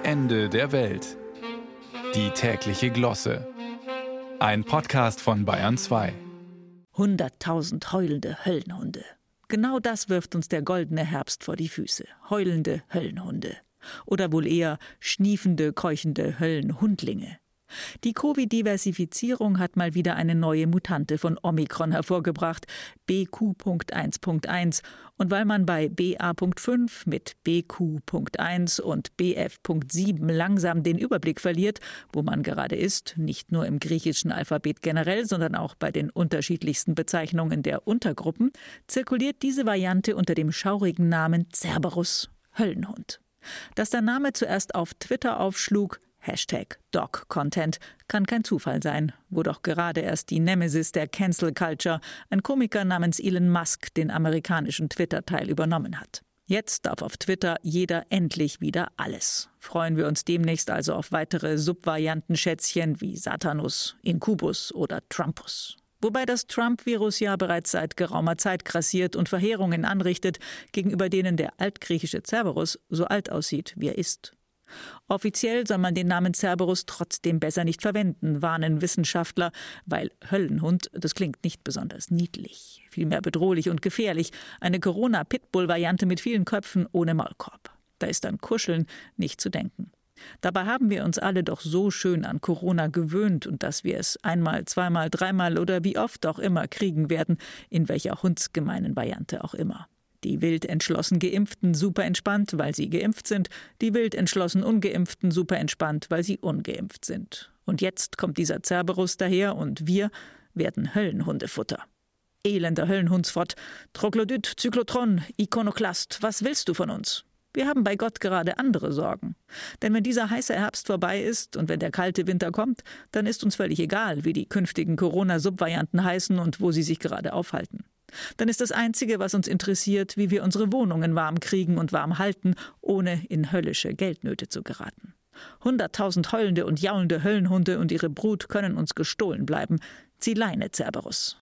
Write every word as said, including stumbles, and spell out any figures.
Ende der Welt. Die tägliche Glosse. Ein Podcast von Bayern zwei. Hunderttausend heulende Höllenhunde. Genau das wirft uns der goldene Herbst vor die Füße. Heulende Höllenhunde. Oder wohl eher schniefende, keuchende Höllenhundlinge. Die Covid-Diversifizierung hat mal wieder eine neue Mutante von Omikron hervorgebracht, B Q eins Punkt eins. Und weil man bei B A Punkt fünf mit B Q eins und B F Punkt sieben langsam den Überblick verliert, wo man gerade ist, nicht nur im griechischen Alphabet generell, sondern auch bei den unterschiedlichsten Bezeichnungen der Untergruppen, zirkuliert diese Variante unter dem schaurigen Namen Cerberus, Höllenhund. Dass der Name zuerst auf Twitter aufschlug, Hashtag Dog-Content, kann kein Zufall sein, wo doch gerade erst die Nemesis der Cancel Culture, ein Komiker namens Elon Musk, den amerikanischen Twitter-Teil übernommen hat. Jetzt darf auf Twitter jeder endlich wieder alles. Freuen wir uns demnächst also auf weitere Subvarianten-Schätzchen wie Satanus, Incubus oder Trumpus. Wobei das Trump-Virus ja bereits seit geraumer Zeit grassiert und Verheerungen anrichtet, gegenüber denen der altgriechische Cerberus so alt aussieht, wie er ist. Offiziell soll man den Namen Cerberus trotzdem besser nicht verwenden, warnen Wissenschaftler, weil Höllenhund, das klingt nicht besonders niedlich, vielmehr bedrohlich und gefährlich, eine Corona-Pitbull-Variante mit vielen Köpfen ohne Maulkorb. Da ist an Kuscheln nicht zu denken. Dabei haben wir uns alle doch so schön an Corona gewöhnt und dass wir es einmal, zweimal, dreimal oder wie oft auch immer kriegen werden, in welcher hundsgemeinen Variante auch immer. Die wild entschlossen Geimpften super entspannt, weil sie geimpft sind, die wild entschlossen Ungeimpften super entspannt, weil sie ungeimpft sind. Und jetzt kommt dieser Cerberus daher und wir werden Höllenhundefutter. Elender Höllenhundsfott, Troglodyt, Zyklotron, Ikonoklast, was willst du von uns? Wir haben bei Gott gerade andere Sorgen. Denn wenn dieser heiße Herbst vorbei ist und wenn der kalte Winter kommt, dann ist uns völlig egal, wie die künftigen Corona-Subvarianten heißen und wo sie sich gerade aufhalten. Dann ist das Einzige, was uns interessiert, wie wir unsere Wohnungen warm kriegen und warm halten, ohne in höllische Geldnöte zu geraten. Hunderttausend heulende und jaulende Höllenhunde und ihre Brut können uns gestohlen bleiben. Zieh Leine, Cerberus.